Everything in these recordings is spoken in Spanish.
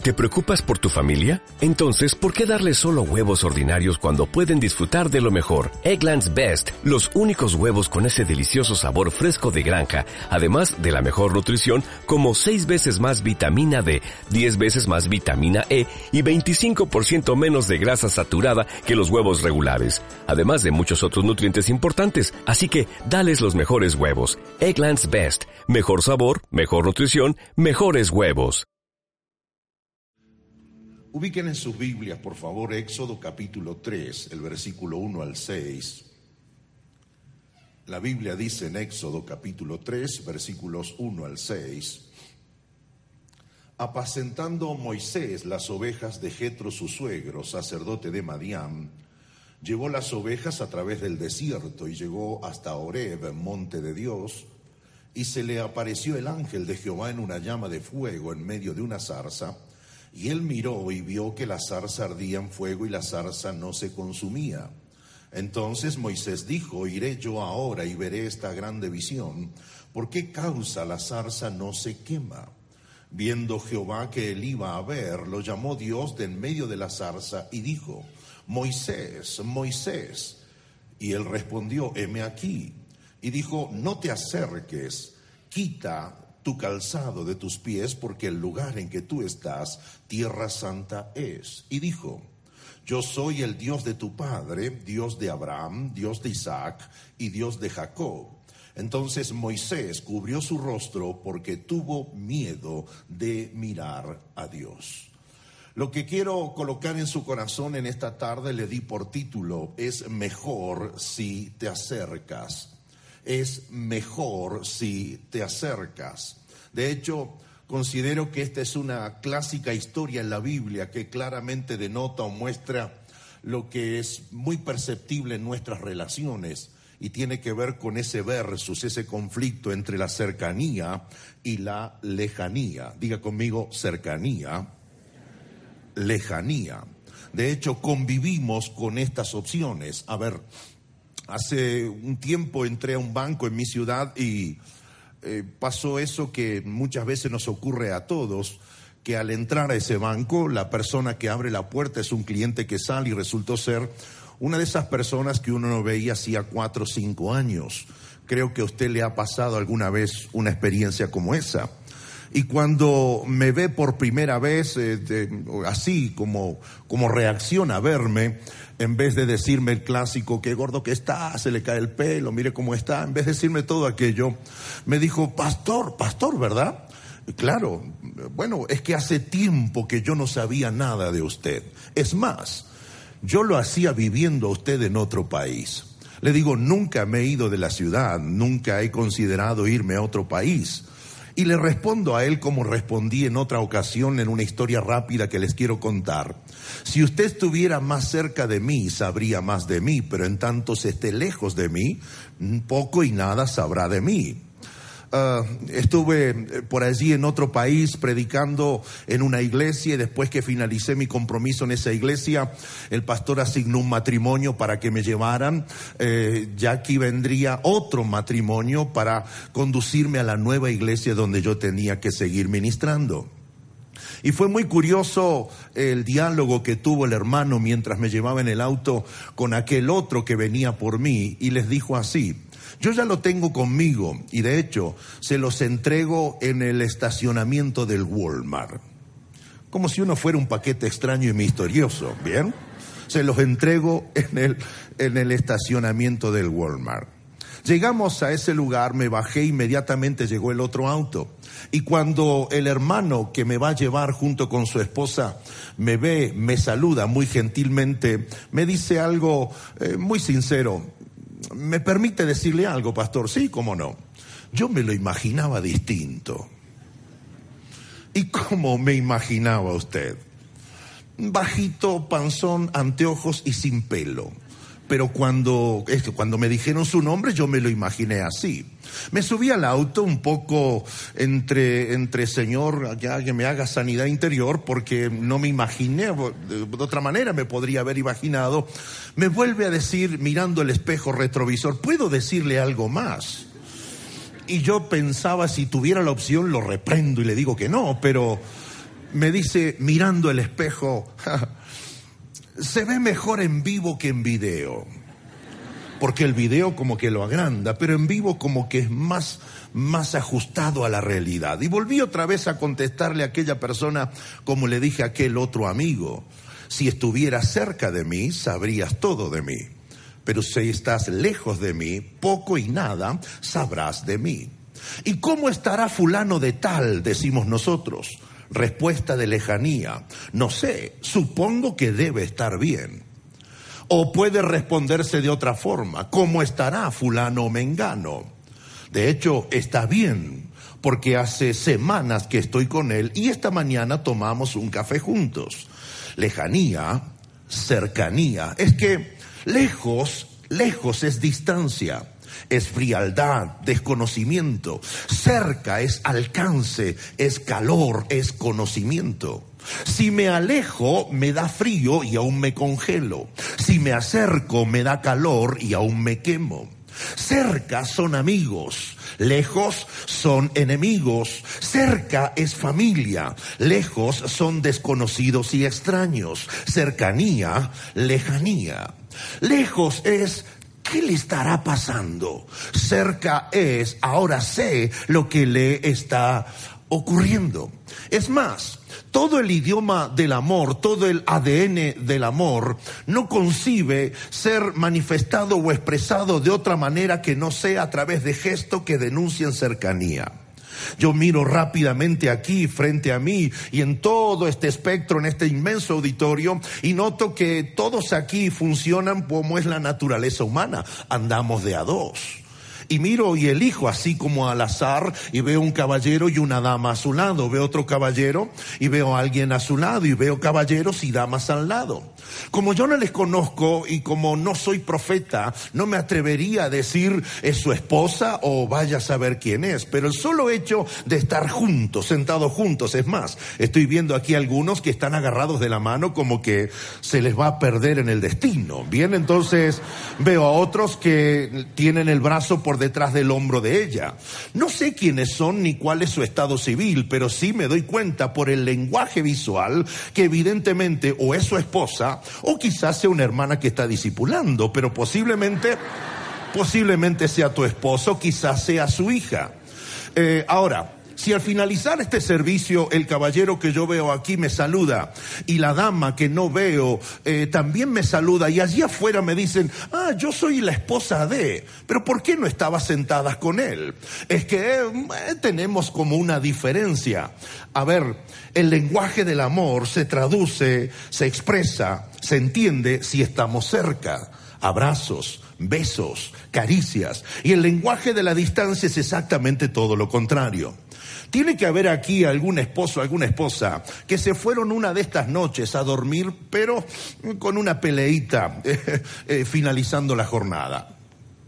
¿Te preocupas por tu familia? Entonces, ¿por qué darles solo huevos ordinarios cuando pueden disfrutar de lo mejor? Eggland's Best, los únicos huevos con ese delicioso sabor fresco de granja, además de la mejor nutrición, como 6 veces más vitamina D, 10 veces más vitamina E y 25% menos de grasa saturada que los huevos regulares, además de muchos otros nutrientes importantes. Así que, dales los mejores huevos. Eggland's Best, mejor sabor, mejor nutrición, mejores huevos. Ubiquen en sus Biblias, por favor, Éxodo capítulo 3, el versículo 1 al 6. La Biblia dice en Éxodo capítulo 3, versículos 1 al 6. Apacentando Moisés las ovejas de Jetro su suegro, sacerdote de Madián, llevó las ovejas a través del desierto y llegó hasta Horeb, monte de Dios, y se le apareció el ángel de Jehová en una llama de fuego en medio de una zarza. Y él miró y vio que la zarza ardía en fuego y la zarza no se consumía. Entonces Moisés dijo: iré yo ahora y veré esta grande visión. ¿Por qué causa la zarza no se quema? Viendo Jehová que él iba a ver, lo llamó Dios de en medio de la zarza y dijo: Moisés, Moisés. Y él respondió: heme aquí. Y dijo: no te acerques, quita tu calzado de tus pies, porque el lugar en que tú estás, tierra santa es. Y dijo: yo soy el Dios de tu padre, Dios de Abraham, Dios de Isaac y Dios de Jacob. Entonces Moisés cubrió su rostro porque tuvo miedo de mirar a Dios. Lo que quiero colocar en su corazón en esta tarde le di por título: es mejor si te acercas. Es mejor si te acercas. De hecho, considero que esta es una clásica historia en la Biblia que claramente denota o muestra lo que es muy perceptible en nuestras relaciones y tiene que ver con ese versus, ese conflicto entre la cercanía y la lejanía. Diga conmigo: cercanía, lejanía. De hecho, convivimos con estas opciones. A ver, hace un tiempo entré a un banco en mi ciudad y pasó eso que muchas veces nos ocurre a todos, que al entrar a ese banco, la persona que abre la puerta es un cliente que sale y resultó ser una de esas personas que uno no veía hacía 4 o 5 años. Creo que a usted le ha pasado alguna vez una experiencia como esa. Y cuando me ve por primera vez, así como reacciona a verme, en vez de decirme el clásico: qué gordo que está, se le cae el pelo, mire cómo está, en vez de decirme todo aquello, me dijo: pastor, ¿verdad? Y claro, bueno, es que hace tiempo que yo no sabía nada de usted. Es más, yo lo hacía viviendo a usted en otro país. Le digo: nunca me he ido de la ciudad, nunca he considerado irme a otro país. Y le respondo a él como respondí en otra ocasión en una historia rápida que les quiero contar. Si usted estuviera más cerca de mí, sabría más de mí, pero en tanto se esté lejos de mí, poco y nada sabrá de mí. Estuve por allí en otro país predicando en una iglesia y después que finalicé mi compromiso en esa iglesia, el pastor asignó un matrimonio para que me llevaran. Ya aquí vendría otro matrimonio para conducirme a la nueva iglesia donde yo tenía que seguir ministrando. Y fue muy curioso el diálogo que tuvo el hermano mientras me llevaba en el auto con aquel otro que venía por mí y les dijo así: yo ya lo tengo conmigo y de hecho se los entrego en el estacionamiento del Walmart. Como si uno fuera un paquete extraño y misterioso, ¿bien? Se los entrego en el estacionamiento del Walmart. Llegamos a ese lugar, me bajé, inmediatamente llegó el otro auto. Y cuando el hermano que me va a llevar junto con su esposa me ve, me saluda muy gentilmente, me dice algo muy sincero. ¿Me permite decirle algo, pastor? Sí, cómo no. Yo me lo imaginaba distinto. ¿Y cómo me imaginaba usted? Bajito, panzón, anteojos y sin pelo. Pero cuando me dijeron su nombre, yo me lo imaginé así. Me subí al auto un poco entre señor, ya que me haga sanidad interior, porque no me imaginé, de otra manera me podría haber imaginado. Me vuelve a decir, mirando el espejo retrovisor: ¿puedo decirle algo más? Y yo pensaba, si tuviera la opción, lo reprendo y le digo que no, pero me dice mirando el espejo, se ve mejor en vivo que en video. Porque el video como que lo agranda, pero en vivo como que es más ajustado a la realidad. Y volví otra vez a contestarle a aquella persona como le dije a aquel otro amigo. Si estuvieras cerca de mí, sabrías todo de mí. Pero si estás lejos de mí, poco y nada sabrás de mí. ¿Y cómo estará fulano de tal?, decimos nosotros. Respuesta de lejanía. No sé, supongo que debe estar bien. O puede responderse de otra forma. ¿Cómo estará fulano o mengano? De hecho, está bien, porque hace semanas que estoy con él y esta mañana tomamos un café juntos. Lejanía, cercanía. Es que lejos es distancia. Es frialdad, desconocimiento. Cerca es alcance, es calor, es conocimiento. Si me alejo, me da frío y aún me congelo. Si me acerco, me da calor y aún me quemo. Cerca son amigos, lejos son enemigos. Cerca es familia, lejos son desconocidos y extraños. Cercanía, lejanía. Lejos es ¿qué le estará pasando? Cerca es, ahora sé lo que le está ocurriendo. Es más, todo el idioma del amor, todo el ADN del amor, no concibe ser manifestado o expresado de otra manera que no sea a través de gestos que denuncien cercanía. Yo miro rápidamente aquí frente a mí y en todo este espectro, en este inmenso auditorio, y noto que todos aquí funcionan como es la naturaleza humana. Andamos de a dos. Y miro y elijo así como al azar y veo un caballero y una dama a su lado. Veo otro caballero y veo a alguien a su lado y veo caballeros y damas al lado. Como yo no les conozco y como no soy profeta, no me atrevería a decir es su esposa o vaya a saber quién es. Pero el solo hecho de estar juntos, sentados juntos, es más, estoy viendo aquí algunos que están agarrados de la mano como que se les va a perder en el destino. Bien, entonces veo a otros que tienen el brazo por detrás del hombro de ella. No sé quiénes son ni cuál es su estado civil, pero sí me doy cuenta por el lenguaje visual que evidentemente o es su esposa o quizás sea una hermana que está discipulando, pero posiblemente sea tu esposo, quizás sea su hija. Ahora, si al finalizar este servicio el caballero que yo veo aquí me saluda y la dama que no veo también me saluda y allí afuera me dicen, yo soy la esposa de, pero ¿por qué no estabas sentadas con él? Es que tenemos como una diferencia. A ver, el lenguaje del amor se traduce, se expresa, se entiende si estamos cerca. Abrazos, besos, caricias. Y el lenguaje de la distancia es exactamente todo lo contrario. Tiene que haber aquí algún esposo, alguna esposa que se fueron una de estas noches a dormir, pero con una peleita finalizando la jornada.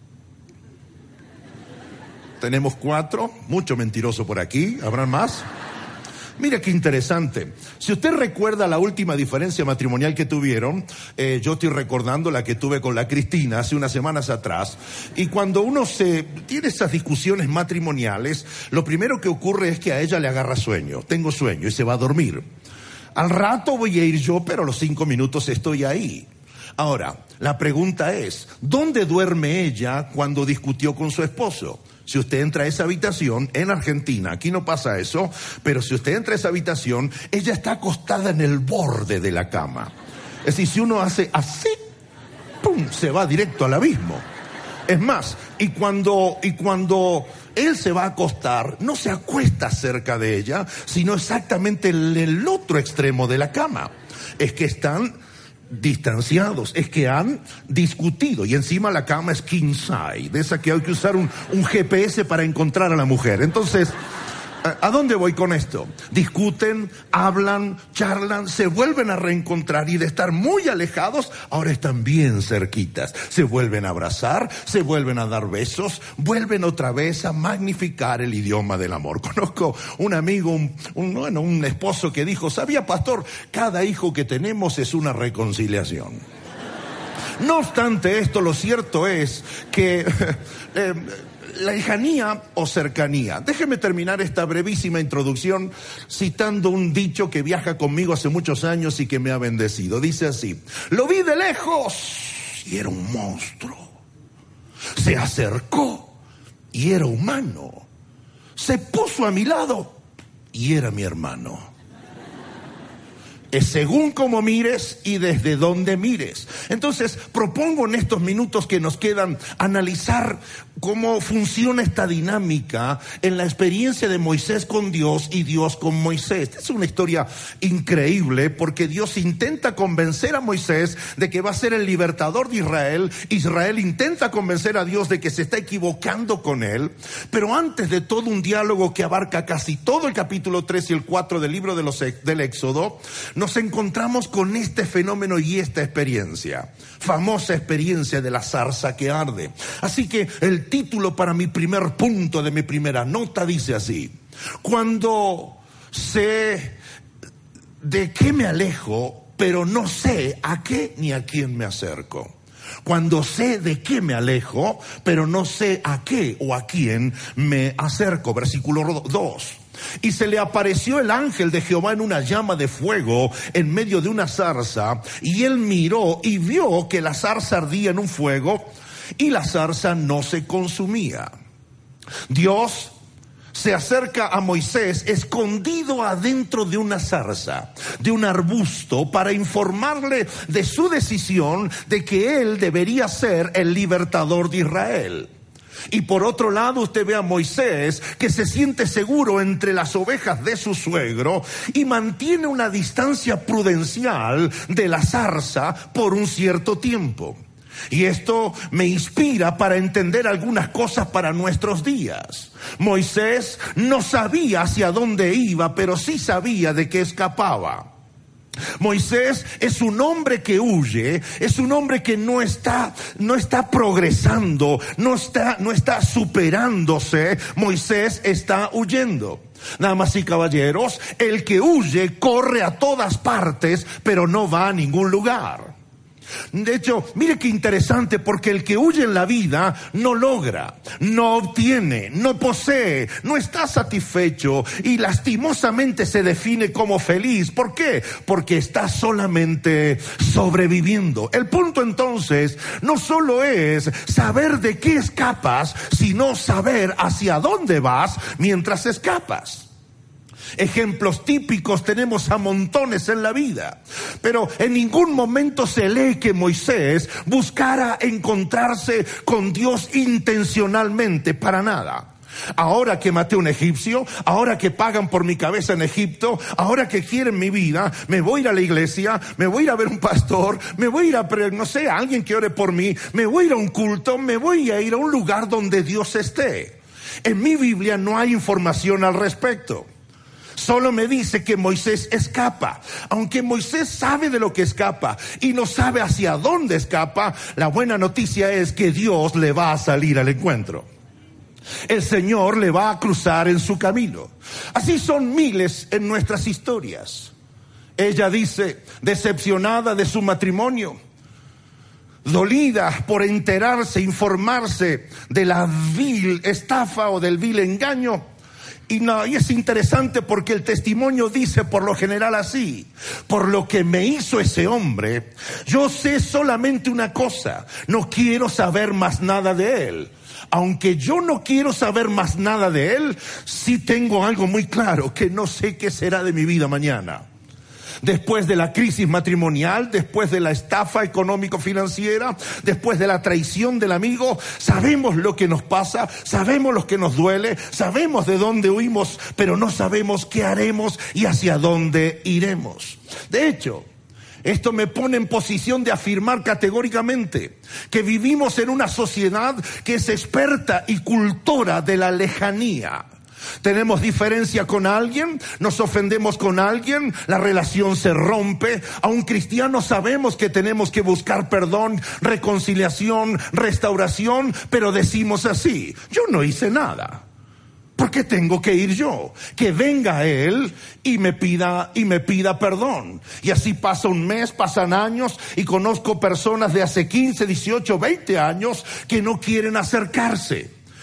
Tenemos 4, mucho mentiroso por aquí, ¿habrán más? Mira qué interesante. Si usted recuerda la última diferencia matrimonial que tuvieron, yo estoy recordando la que tuve con la Cristina hace unas semanas atrás. Y cuando uno tiene esas discusiones matrimoniales, lo primero que ocurre es que a ella le agarra sueño. Tengo sueño y se va a dormir. Al rato voy a ir yo, pero a los 5 minutos estoy ahí. Ahora, la pregunta es, ¿dónde duerme ella cuando discutió con su esposo? Si usted entra a esa habitación, en Argentina, aquí no pasa eso, pero si usted entra a esa habitación, ella está acostada en el borde de la cama. Es decir, si uno hace así, ¡pum!, se va directo al abismo. Es más, y cuando él se va a acostar, no se acuesta cerca de ella, sino exactamente en el otro extremo de la cama. Es que están distanciados, es que han discutido y encima la cama es king size, de esa que hay que usar un GPS para encontrar a la mujer. Entonces, ¿a dónde voy con esto? Discuten, hablan, charlan, se vuelven a reencontrar y de estar muy alejados, ahora están bien cerquitas. Se vuelven a abrazar, se vuelven a dar besos, vuelven otra vez a magnificar el idioma del amor. Conozco un amigo, un esposo que dijo, ¿sabía, pastor? Cada hijo que tenemos es una reconciliación. No obstante esto, lo cierto es que lejanía o cercanía. Déjeme terminar esta brevísima introducción citando un dicho que viaja conmigo hace muchos años y que me ha bendecido. Dice así: lo vi de lejos y era un monstruo. Se acercó y era humano. Se puso a mi lado y era mi hermano. Es según cómo mires y desde dónde mires. Entonces, propongo en estos minutos que nos quedan analizar cómo funciona esta dinámica en la experiencia de Moisés con Dios y Dios con Moisés. Esta es una historia increíble porque Dios intenta convencer a Moisés de que va a ser el libertador de Israel. Israel intenta convencer a Dios de que se está equivocando con él. Pero antes de todo un diálogo que abarca casi todo el capítulo 3 y el 4 del libro del Éxodo, nos encontramos con este fenómeno y esta experiencia, famosa experiencia de la zarza que arde. Así que el título para mi primer punto de mi primera nota dice así: cuando sé de qué me alejo, pero no sé a qué ni a quién me acerco. Cuando sé de qué me alejo, pero no sé a qué o a quién me acerco. Versículo 2. Y se le apareció el ángel de Jehová en una llama de fuego en medio de una zarza, y él miró y vio que la zarza ardía en un fuego y la zarza no se consumía. Dios se acerca a Moisés escondido adentro de una zarza, de un arbusto, para informarle de su decisión de que él debería ser el libertador de Israel. Y por otro lado usted ve a Moisés que se siente seguro entre las ovejas de su suegro y mantiene una distancia prudencial de la zarza por un cierto tiempo. Y esto me inspira para entender algunas cosas para nuestros días. Moisés no sabía hacia dónde iba, pero sí sabía de qué escapaba. Moisés es un hombre que huye, es un hombre que no está progresando, no está superándose. Moisés está huyendo. Damas y caballeros, el que huye corre a todas partes, pero no va a ningún lugar. De hecho, mire qué interesante, porque el que huye en la vida no logra, no obtiene, no posee, no está satisfecho y lastimosamente se define como feliz. ¿Por qué? Porque está solamente sobreviviendo. El punto entonces no solo es saber de qué escapas, sino saber hacia dónde vas mientras escapas. Ejemplos típicos tenemos a montones en la vida, pero en ningún momento se lee que Moisés buscara encontrarse con Dios intencionalmente, para nada. Ahora que maté a un egipcio, ahora que pagan por mi cabeza en Egipto, ahora que quieren mi vida, me voy a ir a la iglesia, me voy a ir a ver un pastor, me voy a ir a, no sé, a alguien que ore por mí, me voy a ir a un culto, me voy a ir a un lugar donde Dios esté. En mi Biblia no hay información al respecto. Solo me dice que Moisés escapa. Aunque Moisés sabe de lo que escapa y no sabe hacia dónde escapa, la buena noticia es que Dios le va a salir al encuentro. El Señor le va a cruzar en su camino. Así son miles en nuestras historias. Ella dice, decepcionada de su matrimonio, dolida por enterarse, informarse de la vil estafa o del vil engaño. Y es interesante porque el testimonio dice por lo general así: por lo que me hizo ese hombre, yo sé solamente una cosa, no quiero saber más nada de él. Aunque yo no quiero saber más nada de él, sí tengo algo muy claro, que no sé qué será de mi vida mañana. Después de la crisis matrimonial, después de la estafa económico-financiera, después de la traición del amigo, sabemos lo que nos pasa, sabemos lo que nos duele, sabemos de dónde huimos, pero no sabemos qué haremos y hacia dónde iremos. De hecho, esto me pone en posición de afirmar categóricamente que vivimos en una sociedad que es experta y cultora de la lejanía. Tenemos diferencia con alguien, nos ofendemos con alguien, la relación se rompe. A un cristiano sabemos que tenemos que buscar perdón, reconciliación, restauración, pero decimos así: yo no hice nada. ¿Por qué tengo que ir yo? Que venga él y me pida perdón. Y así pasa un mes, pasan años, y conozco personas de hace 15, 18, 20 años que no quieren acercarse.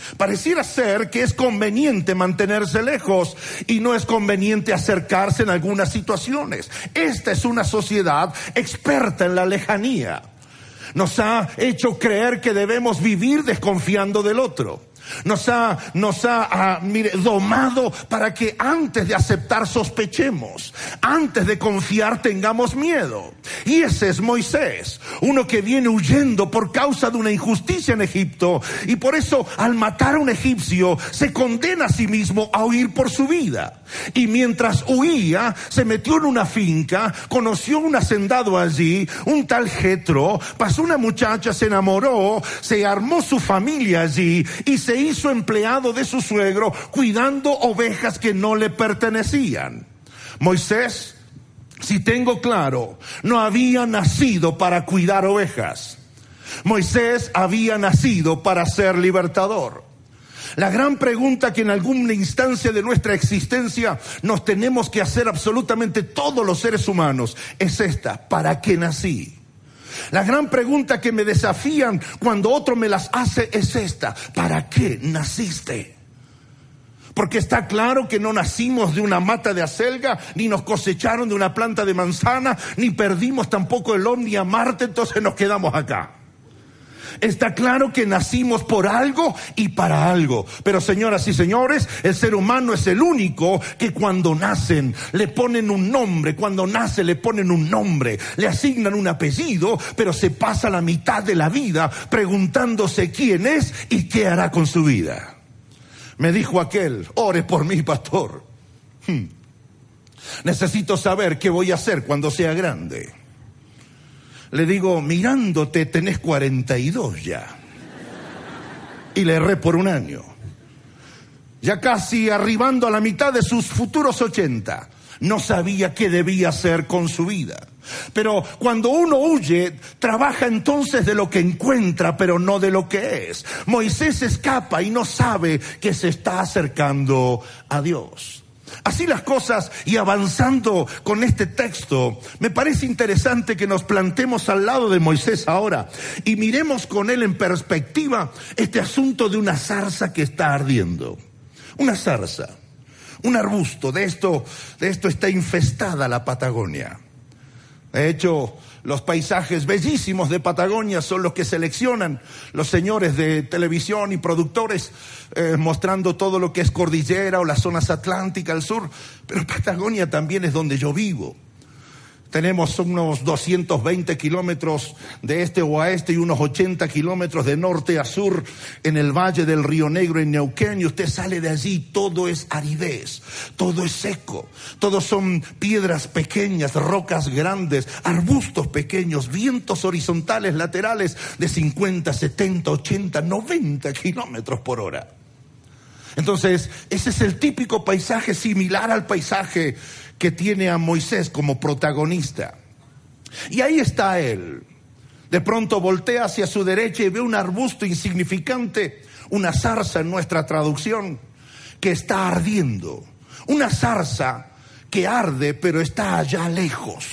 Pareciera ser que es conveniente mantenerse lejos y no es conveniente acercarse en algunas situaciones. Esta es una sociedad experta en la lejanía. Nos ha hecho creer que debemos vivir desconfiando del otro. Nos ha domado para que antes de aceptar sospechemos, antes de confiar tengamos miedo. Y ese es Moisés, uno que viene huyendo por causa de una injusticia en Egipto, y por eso al matar a un egipcio se condena a sí mismo a huir por su vida. Y mientras huía se metió en una finca, conoció un hacendado allí, un tal Jetro, pasó una muchacha, se enamoró, se armó su familia allí y se hizo empleado de su suegro cuidando ovejas que no le pertenecían. Moisés, si tengo claro, no había nacido para cuidar ovejas. Moisés había nacido para ser libertador. La gran pregunta que en alguna instancia de nuestra existencia nos tenemos que hacer absolutamente todos los seres humanos es esta: ¿para qué nací? La gran pregunta que me desafían cuando otro me las hace es esta: ¿para qué naciste? Porque está claro que no nacimos de una mata de acelga, ni nos cosecharon de una planta de manzana, ni perdimos tampoco el ovni a Marte, entonces nos quedamos acá. Está claro que nacimos por algo y para algo. Pero señoras y señores, el ser humano es el único que cuando nacen le ponen un nombre. Cuando nace le ponen un nombre, le asignan un apellido, pero se pasa la mitad de la vida preguntándose quién es y qué hará con su vida. Me dijo aquel: ore por mí, pastor. Necesito saber qué voy a hacer cuando sea grande. Le digo: mirándote tenés 42 ya. Y le erré por un año. Ya casi arribando a la mitad de sus futuros 80. No sabía qué debía hacer con su vida. Pero cuando uno huye, trabaja entonces de lo que encuentra, pero no de lo que es. Moisés escapa y no sabe que se está acercando a Dios. Así las cosas, y avanzando con este texto, me parece interesante que nos plantemos al lado de Moisés ahora y miremos con él en perspectiva este asunto de una zarza que está ardiendo. Una zarza, un arbusto, de esto está infestada la Patagonia. De hecho, los paisajes bellísimos de Patagonia son los que seleccionan los señores de televisión y productores, mostrando todo lo que es cordillera o las zonas atlánticas al sur. Pero Patagonia también es donde yo vivo. Tenemos unos 220 kilómetros de este o a este y unos 80 kilómetros de norte a sur en el Valle del Río Negro en Neuquén, y usted sale de allí, todo es aridez, todo es seco, todos son piedras pequeñas, rocas grandes, arbustos pequeños, vientos horizontales laterales de 50, 70, 80, 90 kilómetros por hora. Entonces, ese es el típico paisaje similar al paisaje que tiene a Moisés como protagonista. Y ahí está él. De pronto voltea hacia su derecha y ve un arbusto insignificante, una zarza en nuestra traducción, que está ardiendo. Una zarza que arde, pero está allá lejos.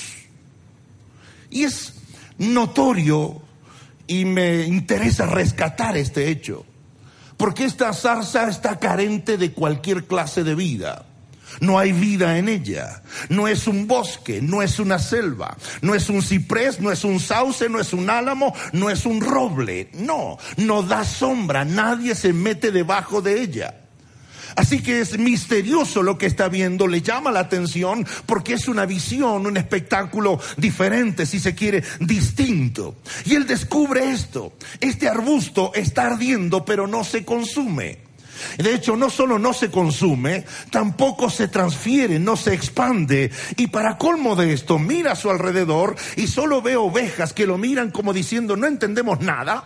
Y es notorio, y me interesa rescatar este hecho, porque esta zarza está carente de cualquier clase de vida. No hay vida en ella. No es un bosque, no es una selva, no es un ciprés, no es un sauce, no es un álamo, no es un roble. No da sombra, nadie se mete debajo de ella. Así que es misterioso lo que está viendo, le llama la atención porque es una visión, un espectáculo diferente, si se quiere, distinto. Y él descubre esto: este arbusto está ardiendo, pero no se consume. De hecho, no solo no se consume, tampoco se transfiere, no se expande. Y para colmo de esto, mira a su alrededor y solo ve ovejas que lo miran como diciendo: no entendemos nada.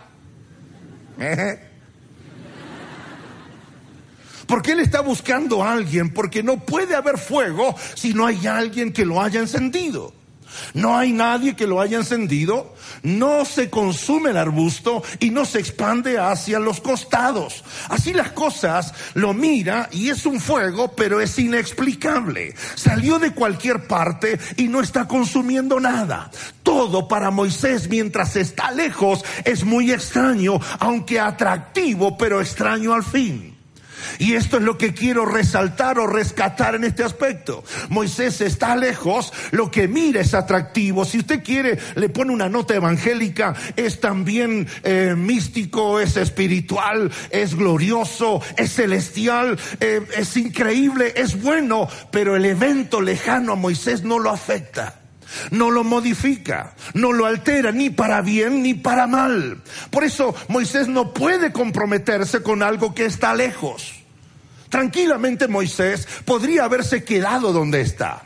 Porque él está buscando a alguien, porque no puede haber fuego si no hay alguien que lo haya encendido. No hay nadie que lo haya encendido, no se consume el arbusto y no se expande hacia los costados. Así las cosas, lo mira y es un fuego, pero es inexplicable. Salió de cualquier parte y no está consumiendo nada. Todo para Moisés mientras está lejos es muy extraño, aunque atractivo, pero extraño al fin. Y esto es lo que quiero resaltar o rescatar en este aspecto. Moisés está lejos, lo que mira es atractivo. Si usted quiere, le pone una nota evangélica, es también místico, es espiritual, es glorioso, es celestial, es increíble, es bueno, pero el evento lejano a Moisés no lo afecta. No lo modifica, no lo altera ni para bien ni para mal. Por eso Moisés no puede comprometerse con algo que está lejos. Tranquilamente Moisés podría haberse quedado donde está,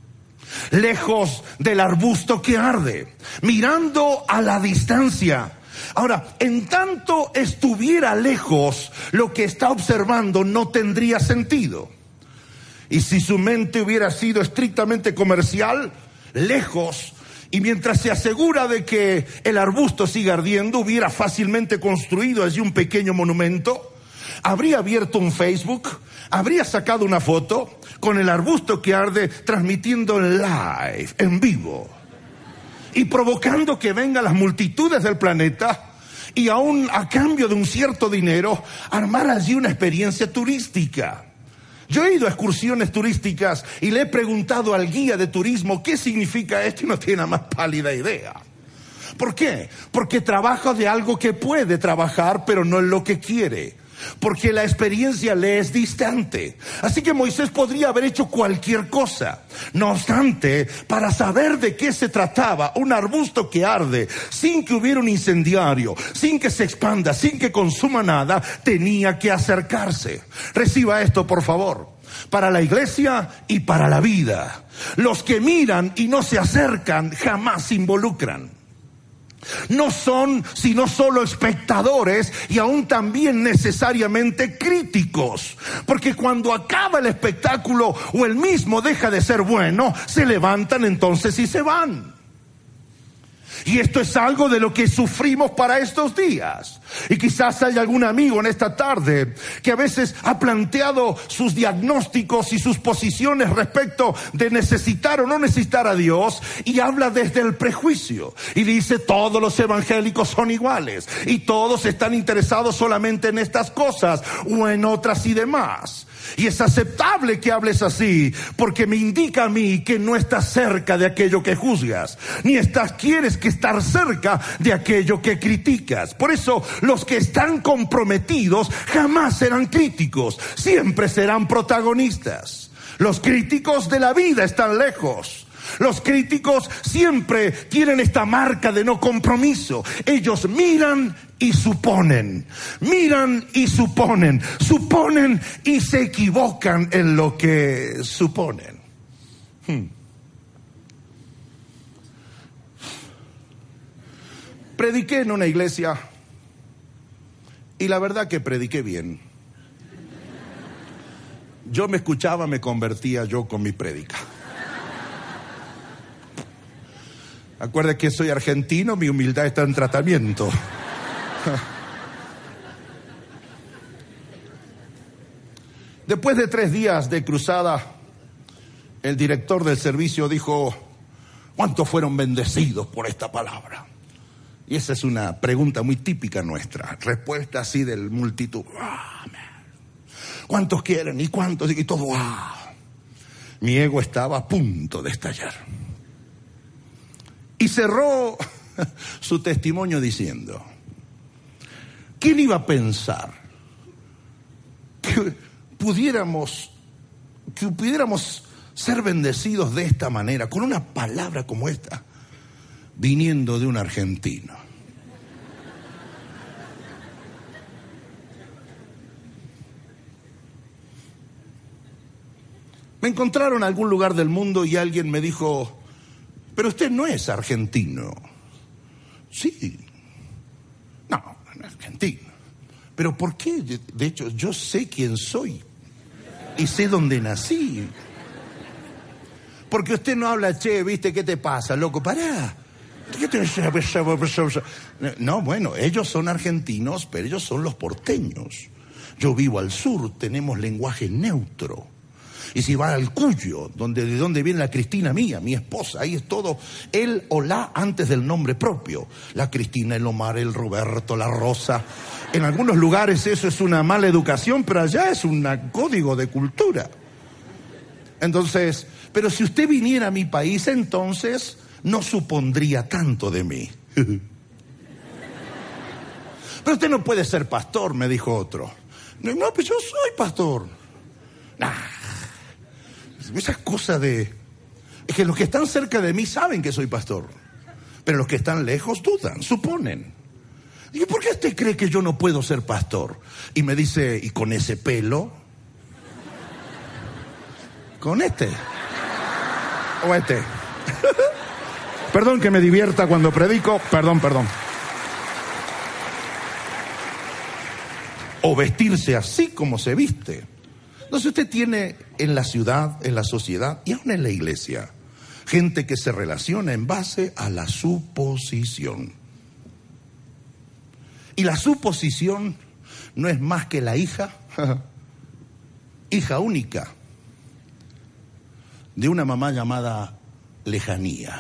lejos del arbusto que arde, mirando a la distancia. Ahora, en tanto estuviera lejos, lo que está observando no tendría sentido. Y si su mente hubiera sido estrictamente comercial, lejos, y mientras se asegura de que el arbusto siga ardiendo, hubiera fácilmente construido allí un pequeño monumento, habría abierto un Facebook, habría sacado una foto con el arbusto que arde, transmitiendo en live, en vivo, y provocando que vengan las multitudes del planeta, y aún a cambio de un cierto dinero, armar allí una experiencia turística. Yo he ido a excursiones turísticas y le he preguntado al guía de turismo qué significa esto y no tiene la más pálida idea. ¿Por qué? Porque trabaja de algo que puede trabajar, pero no en lo que quiere. Porque la experiencia le es distante. Así que Moisés podría haber hecho cualquier cosa. No obstante, para saber de qué se trataba, un arbusto que arde, sin que hubiera un incendiario, sin que se expanda, sin que consuma nada, tenía que acercarse. Reciba esto, por favor. Para la iglesia y para la vida. Los que miran y no se acercan jamás se involucran. No son sino solo espectadores y aún también necesariamente críticos, porque cuando acaba el espectáculo o el mismo deja de ser bueno, se levantan entonces y se van. Y esto es algo de lo que sufrimos para estos días. Y quizás hay algún amigo en esta tarde que a veces ha planteado sus diagnósticos y sus posiciones respecto de necesitar o no necesitar a Dios, y habla desde el prejuicio y dice: todos los evangélicos son iguales y todos están interesados solamente en estas cosas o en otras y demás. Y es aceptable que hables así, porque me indica a mí que no estás cerca de aquello que juzgas, ni quieres que estar cerca de aquello que criticas. Por eso los que están comprometidos jamás serán críticos, siempre serán protagonistas. Los críticos de la vida están lejos. Los críticos siempre tienen esta marca de no compromiso. Ellos miran y suponen, miran y suponen, suponen y se equivocan en lo que suponen. Prediqué en una iglesia y la verdad que prediqué bien. Yo me escuchaba, me convertía yo con mi prédica. Acuérdate que soy argentino, mi humildad está en tratamiento. Después de 3 días de cruzada, el director del servicio dijo: ¿cuántos fueron bendecidos por esta palabra? Y esa es una pregunta muy típica nuestra. Respuesta así del multitud. ¿Cuántos quieren? ¿Y cuántos? Y todo. Mi ego estaba a punto de estallar. Y cerró su testimonio diciendo: ¿quién iba a pensar que pudiéramos ser bendecidos de esta manera, con una palabra como esta, viniendo de un argentino? Me encontraron en algún lugar del mundo y alguien me dijo: pero usted no es argentino. Sí. No es argentino. ¿Pero por qué? De hecho, yo sé quién soy y sé dónde nací. Porque usted no habla, che, ¿viste? ¿Qué te pasa, loco? Pará. No, bueno, ellos son argentinos, pero ellos son los porteños. Yo vivo al sur, tenemos lenguaje neutro. Y si va al Cuyo, de donde viene la Cristina mía, mi esposa, ahí es todo el o la antes del nombre propio. La Cristina, el Omar, el Roberto, la Rosa. En algunos lugares eso es una mala educación, pero allá es un código de cultura. Entonces, pero si usted viniera a mi país, entonces no supondría tanto de mí. Pero usted no puede ser pastor, me dijo otro. No, pues yo soy pastor. Esas cosas de... Es que los que están cerca de mí saben que soy pastor. Pero los que están lejos dudan, suponen. Digo, ¿por qué usted cree que yo no puedo ser pastor? Y me dice, ¿y con ese pelo? ¿Con este? ¿O este? Perdón que me divierta cuando predico. Perdón. O vestirse así como se viste. Entonces usted tiene en la ciudad, en la sociedad y aún en la iglesia gente que se relaciona en base a la suposición. Y la suposición no es más que la hija única de una mamá llamada lejanía.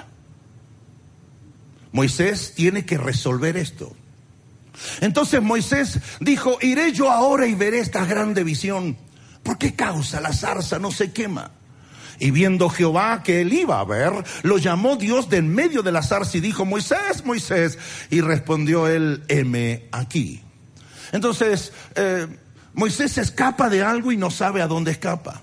Moisés tiene que resolver esto. Entonces Moisés dijo, iré yo ahora y veré esta grande visión. ¿Por qué causa la zarza no se quema? Y viendo Jehová que él iba a ver, lo llamó Dios de en medio de la zarza y dijo, Moisés, Moisés. Y respondió él, heme aquí. Entonces, Moisés se escapa de algo y no sabe a dónde escapa.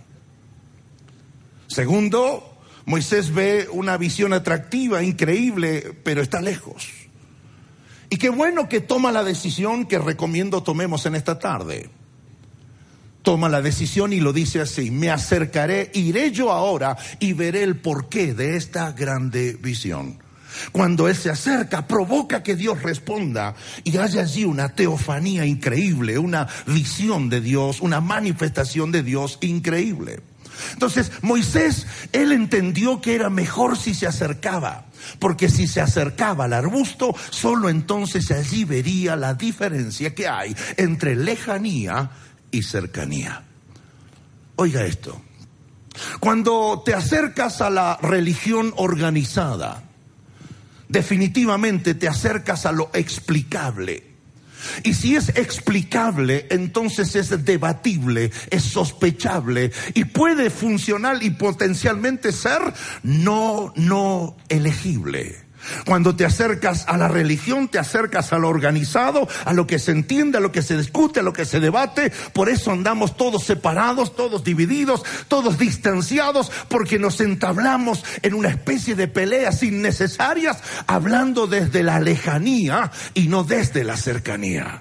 Segundo, Moisés ve una visión atractiva, increíble, pero está lejos. Y qué bueno que toma la decisión que recomiendo tomemos en esta tarde. Toma la decisión y lo dice así, me acercaré, iré yo ahora y veré el porqué de esta grande visión. Cuando él se acerca, provoca que Dios responda y haya allí una teofanía increíble, una visión de Dios, una manifestación de Dios increíble. Entonces Moisés, él entendió que era mejor si se acercaba, porque si se acercaba al arbusto, solo entonces allí vería la diferencia que hay entre lejanía y cercanía. Oiga esto, cuando te acercas a la religión organizada, definitivamente te acercas a lo explicable. Y si es explicable, entonces es debatible, es sospechable y puede funcionar y potencialmente ser no elegible. Cuando te acercas a la religión, te acercas a lo organizado, a lo que se entiende, a lo que se discute, a lo que se debate. Por eso andamos todos separados, todos divididos, todos distanciados, porque nos entablamos en una especie de peleas innecesarias, hablando desde la lejanía y no desde la cercanía.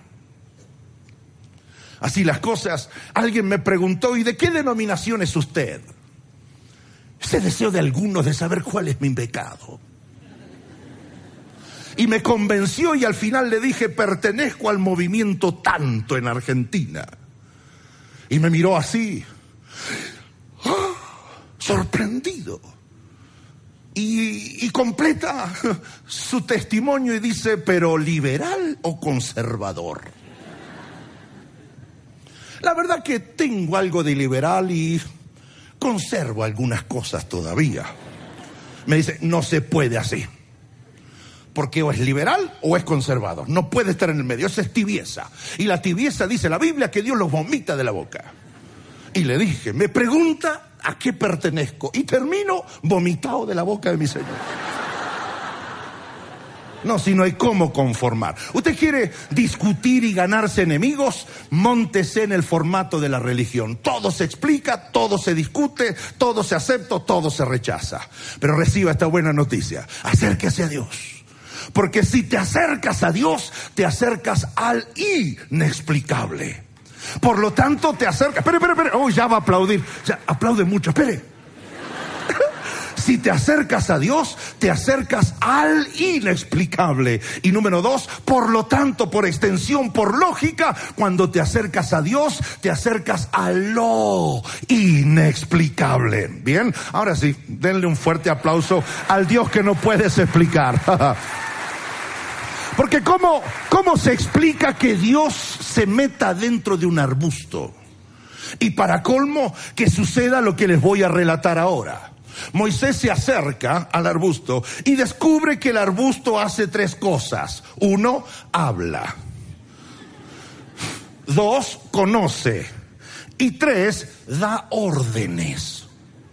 Así las cosas. Alguien me preguntó, ¿y de qué denominación es usted? Ese deseo de algunos de saber cuál es mi pecado. Y me convenció y al final le dije, pertenezco al movimiento tanto en Argentina. Y me miró así, sorprendido. Y completa su testimonio y dice, ¿pero liberal o conservador? La verdad que tengo algo de liberal y conservo algunas cosas todavía. Me dice, no se puede así. Porque o es liberal o es conservador. No puede estar en el medio, esa es tibieza. Y la tibieza dice la Biblia que Dios los vomita de la boca. Y le dije, me pregunta a qué pertenezco. Y termino vomitado de la boca de mi Señor. No, si no hay cómo conformar. ¿Usted quiere discutir y ganarse enemigos? Móntese en el formato de la religión. Todo se explica, todo se discute, todo se acepta, todo se rechaza. Pero reciba esta buena noticia. Acérquese a Dios. Porque si te acercas a Dios, te acercas al inexplicable. Por lo tanto, te acercas. Espere. Oh, ya va a aplaudir. Ya, aplaude mucho. Espere. Si te acercas a Dios, te acercas al inexplicable. Y número 2, por lo tanto, por extensión, por lógica, cuando te acercas a Dios, te acercas a lo inexplicable. Bien, ahora sí, denle un fuerte aplauso al Dios que no puedes explicar. Porque ¿cómo se explica que Dios se meta dentro de un arbusto? Y para colmo, que suceda lo que les voy a relatar ahora. Moisés se acerca al arbusto y descubre que el arbusto hace 3 cosas. 1, habla. 2, conoce. Y 3, da órdenes.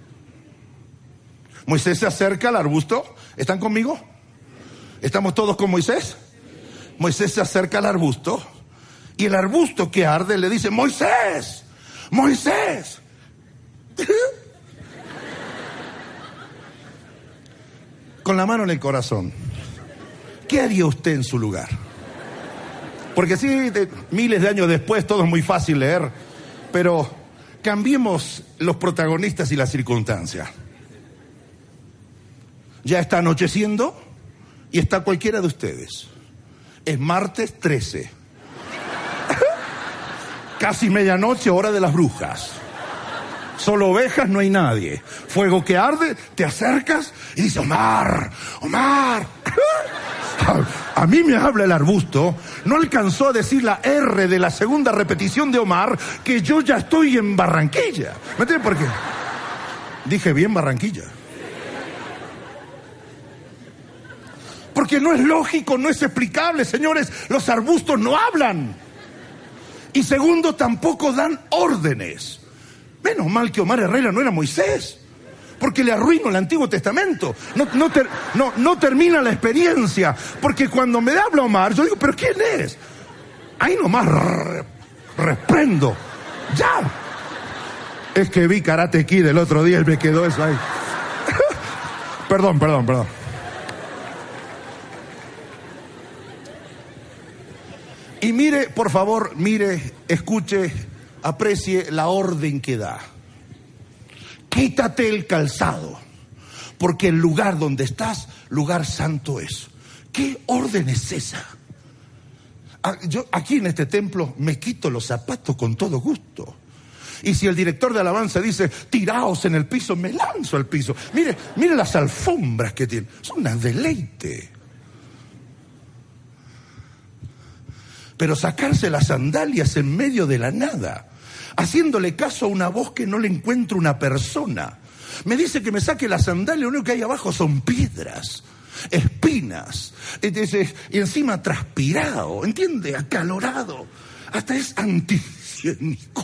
Moisés se acerca al arbusto. ¿Están conmigo? ¿Estamos todos con Moisés? Moisés se acerca al arbusto y el arbusto que arde le dice: Moisés, Moisés. Con la mano en el corazón, ¿qué haría usted en su lugar? Porque sí, miles de años después todo es muy fácil leer, pero cambiemos los protagonistas y las circunstancias. Ya está anocheciendo y está cualquiera de ustedes. Es martes 13. Casi medianoche, hora de las brujas. Solo ovejas, no hay nadie. Fuego que arde, te acercas y dices: Omar, Omar. A mí me habla el arbusto. No alcanzó a decir la R de la segunda repetición de Omar, que yo ya estoy en Barranquilla. ¿Me entiendes por qué? Dije bien Barranquilla. Porque no es lógico, no es explicable, señores. Los arbustos no hablan. Y segundo, tampoco dan órdenes. Menos mal que Omar Herrera no era Moisés, porque le arruino el Antiguo Testamento. No termina la experiencia. Porque cuando me habla Omar, yo digo: ¿pero quién es? Ahí nomás reprendo. ¡Ya! Es que vi Karate Kid el otro día y me quedó eso ahí. Perdón. Y mire, por favor, mire, escuche, aprecie la orden que da. Quítate el calzado, porque el lugar donde estás, lugar santo es. ¿Qué orden es esa? Yo aquí en este templo me quito los zapatos con todo gusto. Y si el director de alabanza dice: tiraos en el piso, me lanzo al piso. Mire las alfombras que tiene, son una deleite. Pero sacarse las sandalias en medio de la nada, haciéndole caso a una voz que no le encuentro una persona. Me dice que me saque la sandalia, lo único que hay abajo son piedras, espinas, y encima transpirado, ¿entiende? Acalorado, hasta es antihigiénico.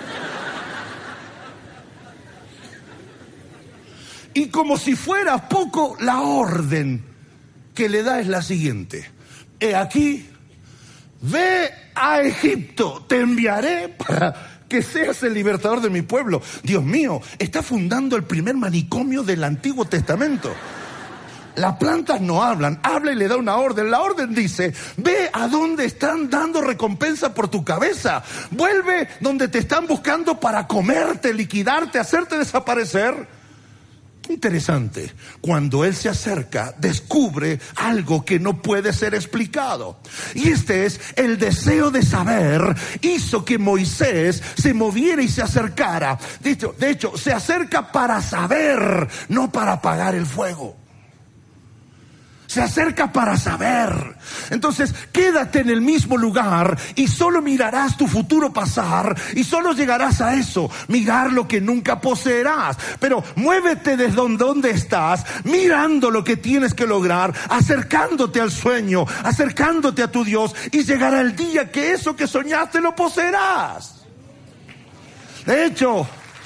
Y como si fuera poco, la orden que le da es la siguiente: he aquí, ve a Egipto, te enviaré para que seas el libertador de mi pueblo. Dios mío, está fundando el primer manicomio del Antiguo Testamento. Las plantas no hablan, habla y le da una orden. La orden dice: ve a donde están dando recompensa por tu cabeza. Vuelve donde te están buscando para comerte, liquidarte, hacerte desaparecer. Interesante, cuando él se acerca, descubre algo que no puede ser explicado. Y este es el deseo de saber, hizo que Moisés se moviera y se acercara. De hecho, se acerca para saber, no para apagar el fuego. Se acerca para saber. Entonces, quédate en el mismo lugar y solo mirarás tu futuro pasar y solo llegarás a eso, mirar lo que nunca poseerás. Pero muévete desde donde estás, mirando lo que tienes que lograr, acercándote al sueño, acercándote a tu Dios, y llegará el día que eso que soñaste lo poseerás. De hecho,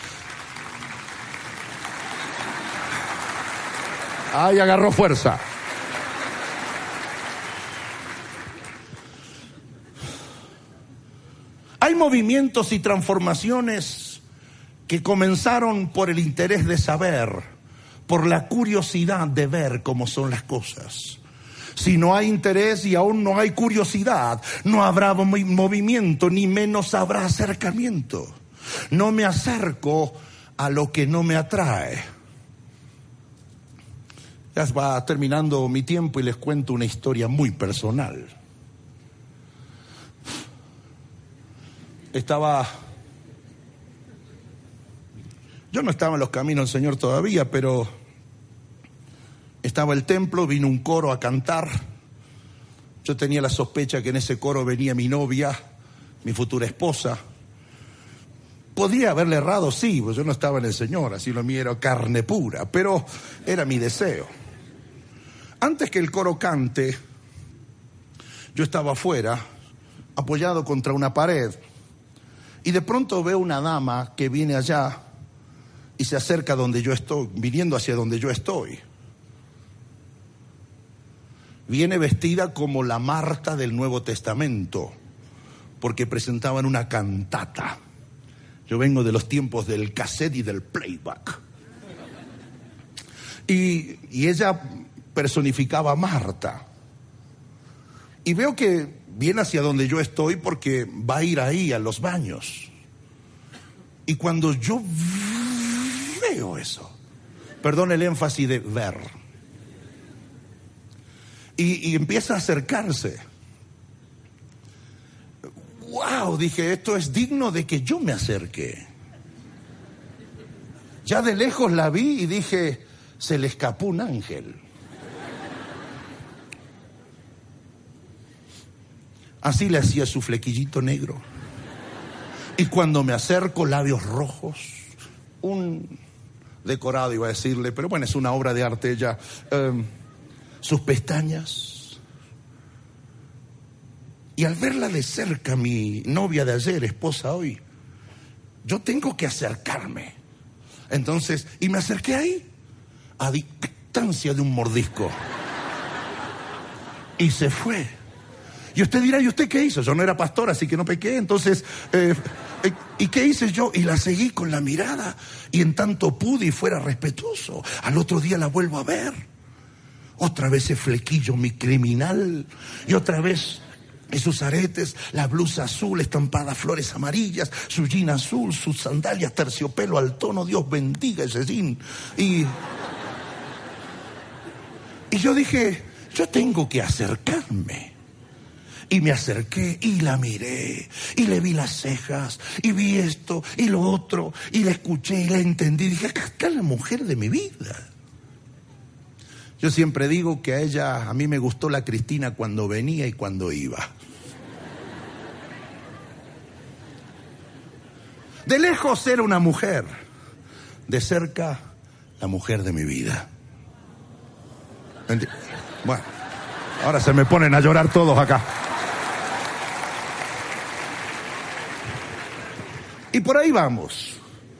ahí agarró fuerza. Hay movimientos y transformaciones que comenzaron por el interés de saber, por la curiosidad de ver cómo son las cosas. Si no hay interés y aún no hay curiosidad, no habrá movimiento, ni menos habrá acercamiento. No me acerco a lo que no me atrae. Ya va terminando mi tiempo y les cuento una historia muy personal. Yo no estaba en los caminos del Señor todavía, pero estaba el templo, vino un coro a cantar. Yo tenía la sospecha que en ese coro venía mi novia, mi futura esposa. Podría haberle errado, sí, pues yo no estaba en el Señor, así lo mío era carne pura, pero era mi deseo. Antes que el coro cante, yo estaba afuera, apoyado contra una pared, y de pronto veo una dama que viene allá y se acerca donde yo estoy, viniendo hacia donde yo estoy. Viene vestida como la Marta del Nuevo Testamento, porque presentaban una cantata. Yo vengo de los tiempos del cassette y del playback. Y ella personificaba a Marta. Y veo que viene hacia donde yo estoy porque va a ir ahí a los baños. Y cuando yo veo eso, perdón el énfasis de ver, y empieza a acercarse. ¡Wow! Dije, esto es digno de que yo me acerque. Ya de lejos la vi y dije, se le escapó un ángel. Así le hacía su flequillito negro. Y cuando me acerco, labios rojos, un decorado iba a decirle, pero bueno, es una obra de arte ella. Sus pestañas. Y al verla de cerca, mi novia de ayer, esposa hoy, yo tengo que acercarme. Entonces, y me acerqué ahí, a distancia de un mordisco. Y se fue. Y usted dirá, ¿y usted qué hizo? Yo no era pastor, así que no pequé. Entonces, ¿y qué hice yo? Y la seguí con la mirada. Y en tanto pude y fuera respetuoso. Al otro día la vuelvo a ver. Otra vez ese flequillo, mi criminal. Y otra vez esos aretes, la blusa azul estampada flores amarillas, su jean azul, sus sandalias terciopelo al tono. Dios bendiga ese jean. Y yo dije, yo tengo que acercarme. Y me acerqué y la miré y le vi las cejas y vi esto y lo otro y la escuché y la entendí. Dije, acá está la mujer de mi vida. Yo siempre digo que a mí me gustó la Cristina cuando venía y cuando iba. De lejos era una mujer, de cerca la mujer de mi vida. Bueno, ahora se me ponen a llorar todos acá. Y por ahí vamos,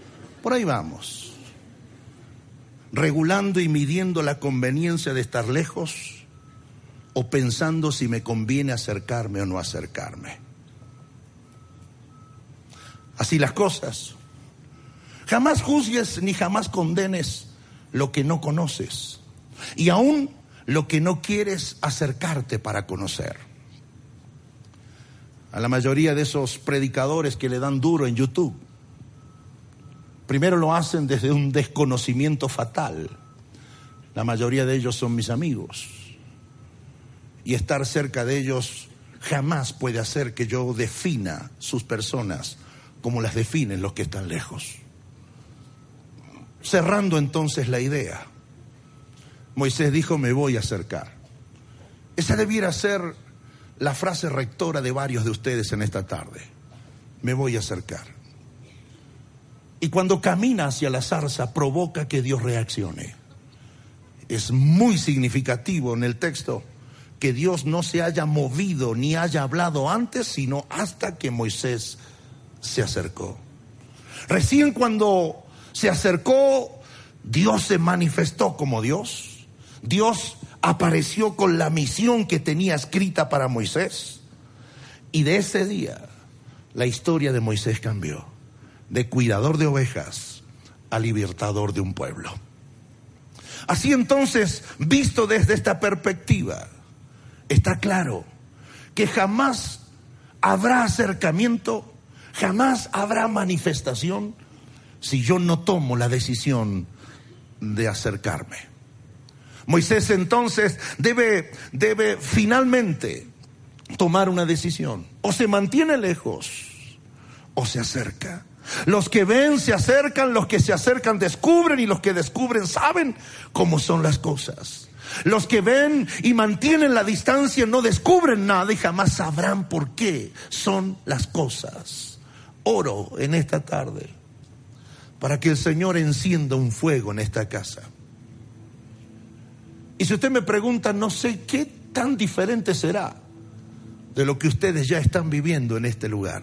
regulando y midiendo la conveniencia de estar lejos o pensando si me conviene acercarme o no acercarme. Así las cosas. Jamás juzgues ni jamás condenes lo que no conoces y aún lo que no quieres acercarte para conocer. A la mayoría de esos predicadores que le dan duro en YouTube, primero lo hacen desde un desconocimiento fatal. La mayoría de ellos son mis amigos. Y estar cerca de ellos jamás puede hacer que yo defina sus personas como las definen los que están lejos. Cerrando entonces la idea, Moisés dijo, me voy a acercar. Esa debiera ser la frase rectora de varios de ustedes en esta tarde. Me voy a acercar. Y cuando camina hacia la zarza, provoca que Dios reaccione. Es muy significativo en el texto que Dios no se haya movido ni haya hablado antes, sino hasta que Moisés se acercó. Recién cuando se acercó, Dios se manifestó como Dios. Dios apareció con la misión que tenía escrita para Moisés. Y de ese día, la historia de Moisés cambió. De cuidador de ovejas a libertador de un pueblo. Así entonces, visto desde esta perspectiva, está claro que jamás habrá acercamiento, jamás habrá manifestación si yo no tomo la decisión de acercarme. Moisés entonces debe finalmente tomar una decisión. O se mantiene lejos o se acerca. Los que ven se acercan, los que se acercan descubren, y los que descubren saben cómo son las cosas. Los que ven y mantienen la distancia no descubren nada y jamás sabrán por qué son las cosas. Oro en esta tarde para que el Señor encienda un fuego en esta casa. Y si usted me pregunta, no sé qué tan diferente será de lo que ustedes ya están viviendo en este lugar.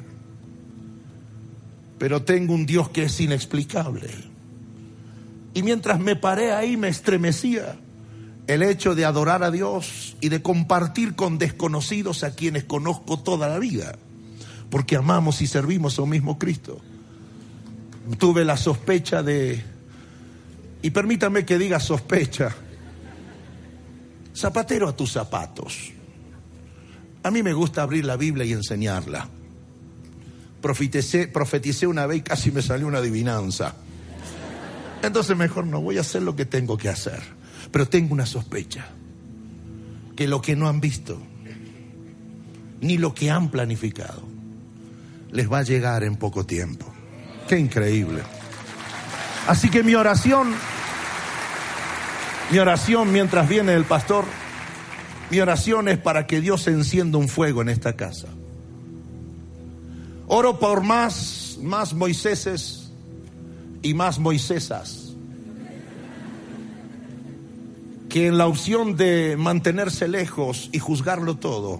Pero tengo un Dios que es inexplicable. Y mientras me paré ahí me estremecía el hecho de adorar a Dios y de compartir con desconocidos a quienes conozco toda la vida, porque amamos y servimos a un mismo Cristo. Tuve la sospecha y permítame que diga sospecha, zapatero a tus zapatos. A mí me gusta abrir la Biblia y enseñarla. Profeticé una vez y casi me salió una adivinanza. Entonces mejor no, voy a hacer lo que tengo que hacer. Pero tengo una sospecha, que lo que no han visto, ni lo que han planificado, les va a llegar en poco tiempo. Qué increíble. Así que mi oración mientras viene el pastor, mi oración es para que Dios encienda un fuego en esta casa. Oro por más Moiséses y más Moisesas, que en la opción de mantenerse lejos y juzgarlo todo,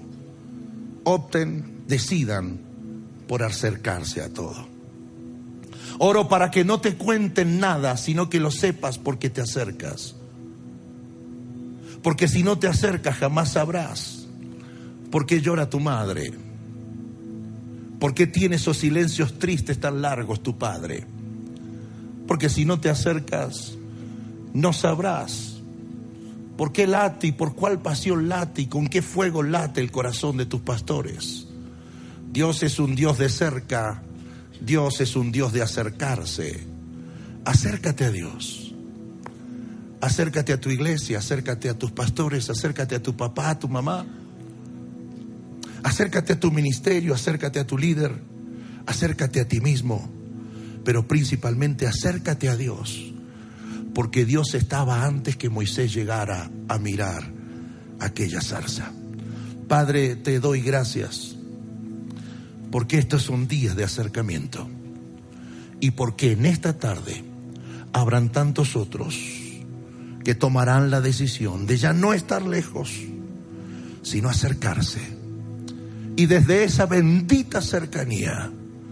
decidan por acercarse a todo. Oro para que no te cuenten nada, sino que lo sepas porque te acercas. Porque si no te acercas jamás sabrás por qué llora tu madre, por qué tiene esos silencios tristes tan largos tu padre. Porque si no te acercas no sabrás por qué late y por cuál pasión late y con qué fuego late el corazón de tus pastores. Dios es un Dios de cerca, Dios es un Dios de acercarse. Acércate a Dios, acércate a tu iglesia, acércate a tus pastores, acércate a tu papá, a tu mamá, acércate a tu ministerio, acércate a tu líder, acércate a ti mismo, pero principalmente acércate a Dios. Porque Dios estaba antes que Moisés llegara a mirar aquella zarza. Padre, te doy gracias porque estos son días de acercamiento y porque en esta tarde habrán tantos otros que tomarán la decisión de ya no estar lejos, sino acercarse, y desde esa bendita cercanía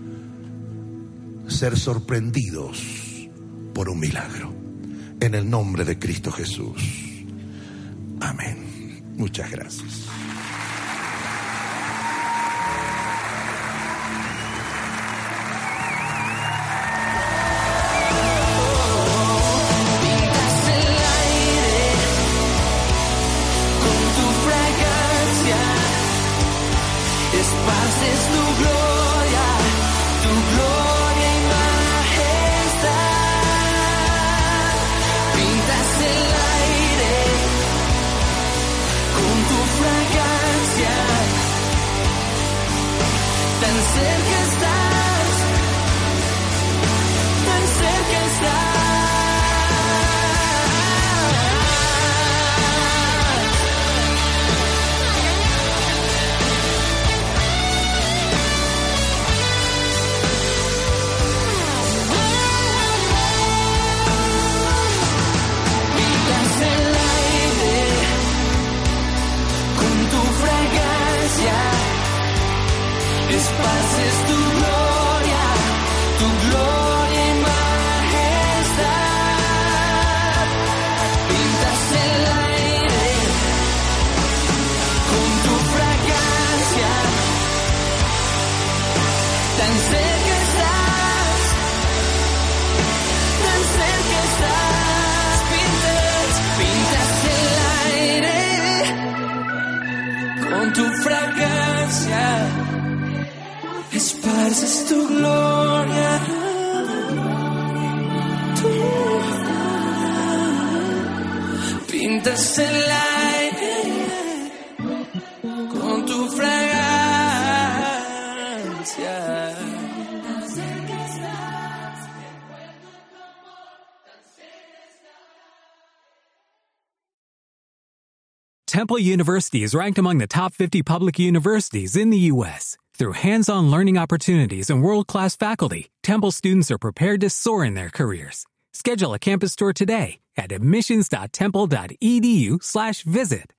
ser sorprendidos por un milagro. En el nombre de Cristo Jesús. Amén. Muchas gracias. Esparces tu gloria y majestad. Pintas el aire con tu fragancia. Tan cerca estás, tan cerca estás. Pintas el aire con tu fragancia. Esparces tu gloria, pintas el aire con tu fragancia. Temple University is ranked among the top 50 public universities in the U.S. Through hands-on learning opportunities and world-class faculty, Temple students are prepared to soar in their careers. Schedule a campus tour today at admissions.temple.edu/visit.